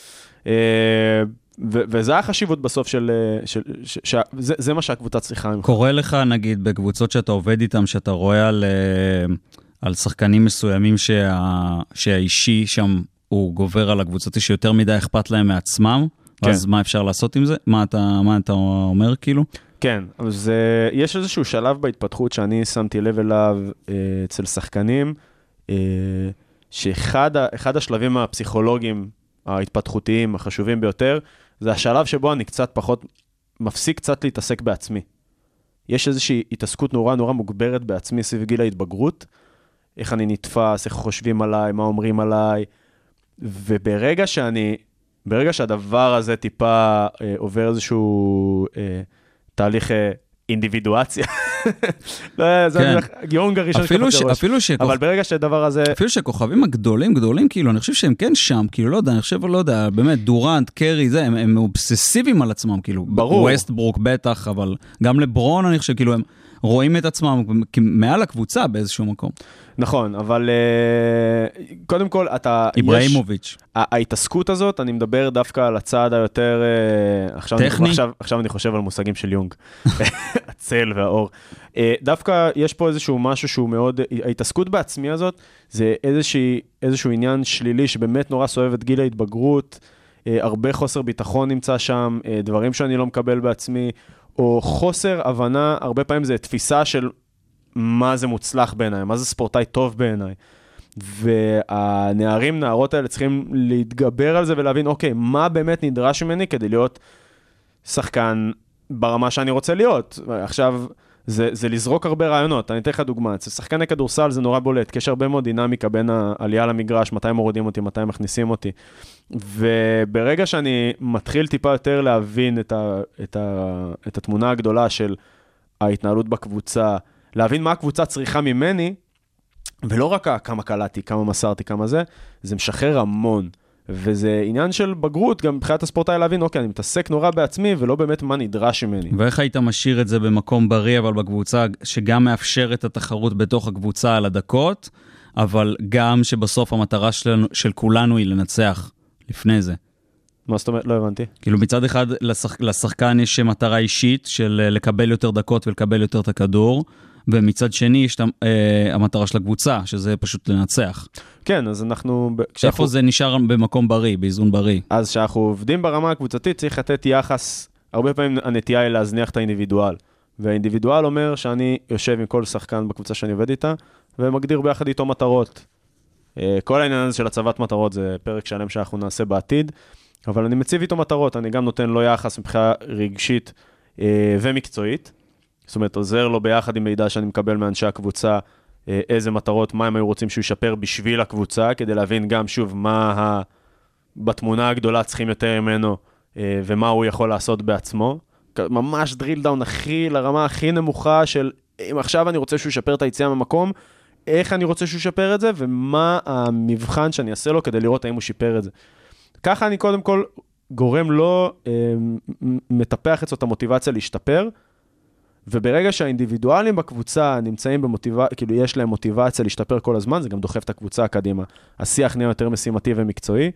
ו- וזה החשיבות בסוף של, של, ש- ש- זה, זה מה שהקבוצה צריכה. קורה לך, נגיד, בקבוצות שאתה עובד איתם, שאתה רואה על, על שחקנים מסוימים שה, שהאישי שם הוא גובר על הקבוצתי, שיותר מדי אכפת להם מעצמם, כן. אז מה אפשר לעשות עם זה? מה אתה, מה אתה אומר, כאילו? כן, אז uh, יש איזשהו שלב בהתפתחות שאני שמתי לב אליו uh, אצל שחקנים, uh, שאחד ה- אחד השלבים הפסיכולוגיים ההתפתחותיים החשובים ביותר, זה השלב שבו אני קצת פחות, מפסיק קצת להתעסק בעצמי. יש איזושהי התעסקות נורא נורא מוגברת בעצמי סביב גיל ההתבגרות, איך אני נתפס, איך חושבים עליי, מה אומרים עליי, וברגע שאני, ברגע שהדבר הזה טיפה אה, עובר איזשהו אה, תהליך אה, אינדיבידואציה, לא, זה הגיונג הראשון שקפת לראש. אבל ברגע שהדבר הזה... אפילו שכוכבים הגדולים, גדולים, כאילו, אני חושב שהם כן שם, כאילו, לא יודע, אני חושב, לא יודע, באמת, דורנט, קרי, זה, הם, הם אובססיביים על עצמם, כאילו, ברור. ווסטברוק בטח, אבל גם לברון, אני חושב, כאילו, הם רואים את עצמם מעל הקבוצה באיזשהו מקום. נכון, אבל קודם כל, אתה... איברהימוביץ'. ההתעסקות הזאת, אני מדבר דווקא על הצעד היותר... טכני? עכשיו אני חושב על מושגים של יונג. הצל והאור. דווקא יש פה איזשהו משהו שהוא מאוד... ההתעסקות בעצמי הזאת, זה איזשהו עניין שלילי, שבאמת נורא סובב את גיל ההתבגרות, הרבה חוסר ביטחון נמצא שם, דברים שאני לא מקבל בעצמי, או חוסר הבנה, הרבה פעמים זה תפיסה של מה זה מוצלח בעיניי, מה זה ספורטאי טוב בעיניי. והנערים, נערות האלה צריכים להתגבר על זה ולהבין, אוקיי, מה באמת נדרש ממני כדי להיות שחקן ברמה שאני רוצה להיות. עכשיו, זה, זה לזרוק הרבה רעיונות. אני אתן לך דוגמה. אצל שחקני כדורסל זה נורא בולט, כי יש הרבה מאוד דינמיקה בין העלייה למגרש, מתי מורידים אותי, מתי מכניסים אותי. וברגע שאני מתחיל טיפה יותר להבין את, ה, את, ה, את התמונה הגדולה של ההתנהלות בקבוצה, להבין מה הקבוצה צריכה ממני, ולא רק כמה קלעתי, כמה מסרתי, כמה זה, זה משחרר המון. וזה עניין של בגרות, גם מבחינת הספורטאי להבין, אוקיי, אני מתעסק נורא בעצמי, ולא באמת מה נדרש ממני. ואיך היית משאיר את זה במקום בריא, אבל בקבוצה, שגם מאפשר את התחרות בתוך הקבוצה על הדקות, אבל גם שבסוף המטרה שלנו, של כולנו היא לנצח לפני זה. מה זאת אומרת? לא הבנתי. כאילו מצד אחד לשח... לשחקן יש מטרה אישית של לקבל יותר דקות ולקבל יותר את הכדור, ומצד שני יש אה, המטרה של הקבוצה, שזה פשוט לנצח. כן, אז אנחנו... איפה זה נשאר במקום בריא, באיזון בריא? אז כשאנחנו עובדים ברמה הקבוצתית, צריך לתת יחס, הרבה פעמים הנטייה היא להזניח את האינדיבידואל. והאינדיבידואל אומר שאני יושב עם כל שחקן בקבוצה שאני עובד איתה, ומגדיר ביחד איתו מטרות. כל העניין הזה של הצבת מטרות זה פרק שלם שאנחנו נעשה בעתיד, אבל אני מציב איתו מטרות, אני גם נותן לו יחס מבחינה רגשית ומקצועית, זאת אומרת, עוזר לו ביחד עם מידע שאני מקבל מאנשי הקבוצה, איזה מטרות, מה הם היו רוצים שהוא ישפר בשביל הקבוצה, כדי להבין גם שוב מה ה... בתמונה הגדולה צריכים יותר ממנו, ומה הוא יכול לעשות בעצמו. ממש דריל דאון הכי, לרמה הכי נמוכה של, אם עכשיו אני רוצה שהוא ישפר את היציאה ממקום, איך אני רוצה שהוא ישפר את זה, ומה המבחן שאני אעשה לו כדי לראות האם הוא שיפר את זה. ככה אני קודם כל גורם לו, מטפח אצלו את המוטיבציה להשתפר, וברגע שהאינדיבידואלים בקבוצה נמצאים במוטיבציה, כאילו יש להם מוטיבציה להשתפר כל הזמן, זה גם דוחף את הקבוצה קדימה. השיח נהיה יותר משימתי ומקצועי,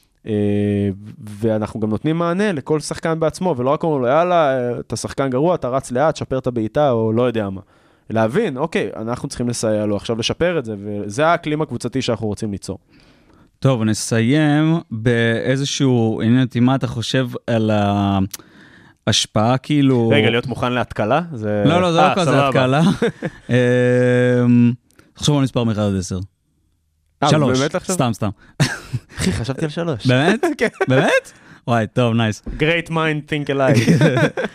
ואנחנו גם נותנים מענה לכל שחקן בעצמו, ולא רק אומרים לו, יאללה, אתה שחקן גרוע, אתה רץ לאט, שפר את הבעיטה, או לא יודע מה. להבין, אוקיי, אנחנו צריכים לסייע לו עכשיו לשפר את זה, וזה האקלים הקבוצתי שאנחנו רוצים ליצור. טוב, נסיים באיזשהו עניין, מה אתה חושב על ה... השפעה כאילו... רגע, להיות מוכן להתקלה? לא, לא, זה לא כזה התקלה. תחשוב על מספר מאחד עד עשר. שלוש, סתם, סתם. אחי, חשבתי על שלוש. באמת? באמת? וואי, טוב, נייס. Great mind, think alike.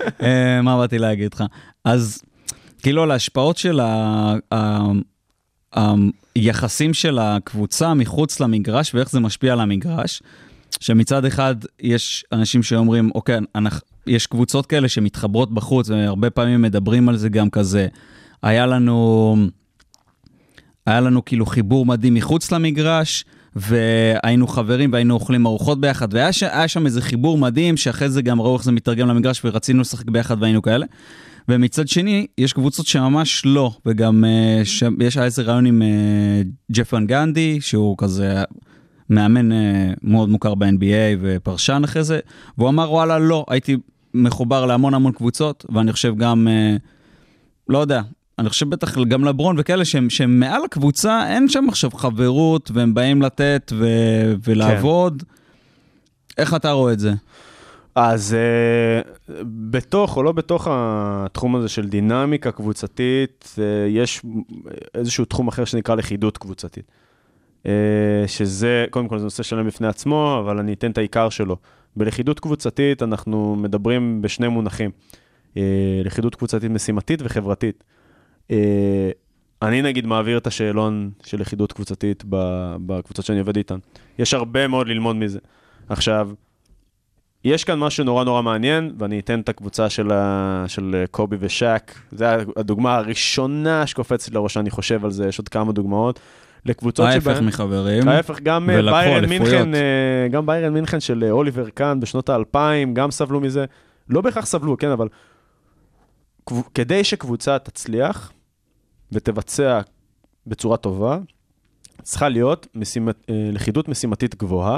מה באתי להגיד לך? אז כאילו, להשפעות של היחסים של הקבוצה מחוץ למגרש ואיך זה משפיע על המגרש, שמצד אחד יש אנשים שאומרים, אוקיי, אנחנו, יש קבוצות כאלה שמתחברות בחוץ, והרבה פעמים מדברים על זה גם כזה. היה לנו, היה לנו כאילו חיבור מדהים מחוץ למגרש, והיינו חברים והיינו אוכלים ארוחות ביחד, והיה ש... שם איזה חיבור מדהים, שאחרי זה גם ראו איך זה מתרגם למגרש, ורצינו לשחק ביחד והיינו כאלה. ומצד שני, יש קבוצות שממש לא, וגם ש... יש איזה רעיון עם ג'ף ון גנדי, שהוא כזה מאמן מאוד מוכר ב-אן בי איי ופרשן אחרי זה, והוא אמר, וואלה, לא, הייתי מחובר להמון המון קבוצות, ואני חושב גם, לא יודע, אני חושב בטח גם לברון וכאלה, שהם, שהם מעל הקבוצה, אין שם עכשיו חברות, והם באים לתת ו... ולעבוד. כן. איך אתה רואה את זה? אז uh, בתוך או לא בתוך התחום הזה של דינמיקה קבוצתית, uh, יש איזשהו תחום אחר שנקרא לכידות קבוצתית. Uh, שזה, קודם כל זה נושא שלם בפני עצמו, אבל אני אתן את העיקר שלו. בלכידות קבוצתית אנחנו מדברים בשני מונחים. Uh, לכידות קבוצתית משימתית וחברתית. Uh, אני נגיד מעביר את השאלון של לכידות קבוצתית בקבוצות שאני עובד איתן. יש הרבה מאוד ללמוד מזה. עכשיו, יש כאן משהו נורא נורא מעניין, ואני אתן את הקבוצה של, ה... של קובי ושק. זו הדוגמה הראשונה שקופצת לראש, אני חושב על זה, יש עוד כמה דוגמאות. לקבוצות ההפך שבהן... מחברים. ההפך, גם ביירן מינכן, גם ביירן מינכן של אוליבר קאן בשנות האלפיים, גם סבלו מזה. לא בהכרח סבלו, כן, אבל כדי שקבוצה תצליח ותבצע בצורה טובה, צריכה להיות משימת... לכידות משימתית גבוהה,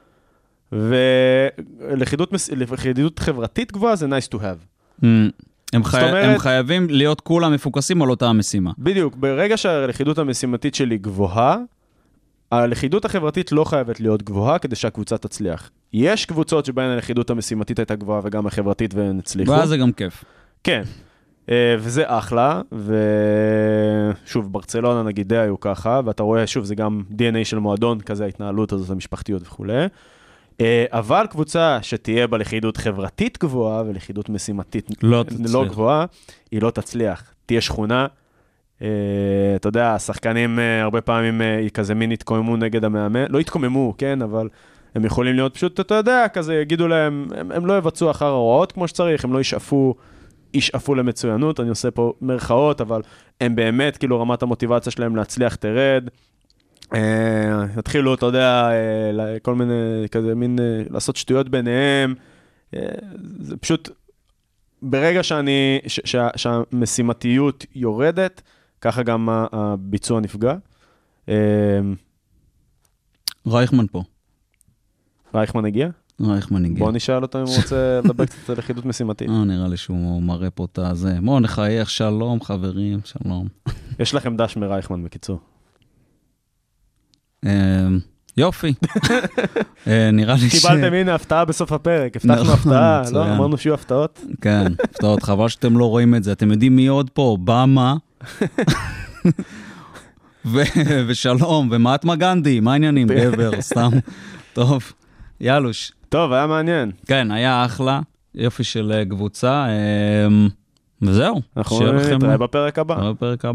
ולכידות מס... לכידות חברתית גבוהה זה nice to have. Mm. הם, חי... אומרת... הם חייבים להיות כולם מפוקסים על אותה המשימה. בדיוק, ברגע שהלכידות המשימתית שלי גבוהה, הלכידות החברתית לא חייבת להיות גבוהה כדי שהקבוצה תצליח. יש קבוצות שבהן הלכידות המשימתית הייתה גבוהה וגם החברתית והן הצליחו. ואז זה גם כיף. כן, וזה אחלה, ושוב, ברצלונה נגיד די היו ככה, ואתה רואה, שוב, זה גם די אן איי של מועדון, כזה ההתנהלות הזאת, המשפחתיות וכו'. אבל קבוצה שתהיה בה לכידות חברתית גבוהה ולכידות משימתית לא, לא גבוהה, היא לא תצליח. תהיה שכונה, אתה יודע, השחקנים הרבה פעמים כזה מין התקוממו נגד המאמן, לא התקוממו, כן, אבל הם יכולים להיות פשוט, אתה יודע, כזה יגידו להם, הם, הם לא יבצעו אחר ההוראות כמו שצריך, הם לא ישאפו, ישאפו למצוינות, אני עושה פה מרכאות, אבל הם באמת, כאילו רמת המוטיבציה שלהם להצליח תרד, התחילו, אתה יודע, כל מיני, כזה, מין, לעשות שטויות ביניהם, זה פשוט, ברגע שאני, שהמשימתיות יורדת, ככה גם הביצוע נפגע. רייכמן פה. רייכמן הגיע? רייכמן הגיע. בוא נשאל אותו אם הוא רוצה לדבר קצת על לכידות משימתית. אה, נראה לי שהוא מראה פה את הזה. בואו נחייך, שלום חברים, שלום. יש לכם דש מרייכמן בקיצור. יופי. נראה לי ש... קיבלתם הנה הפתעה בסוף הפרק, הבטחנו הפתעה, לא? אמרנו שיהיו הפתעות. כן, הפתעות, חבל שאתם לא רואים את זה. אתם יודעים מי עוד פה? אובמה. ושלום, ומעטמה גנדי, מה העניינים? גבר, סתם. טוב, יאלוש. טוב, היה מעניין. כן, היה אחלה, יופי של קבוצה, וזהו. אנחנו נתראה בפרק הבא. בפרק הבא.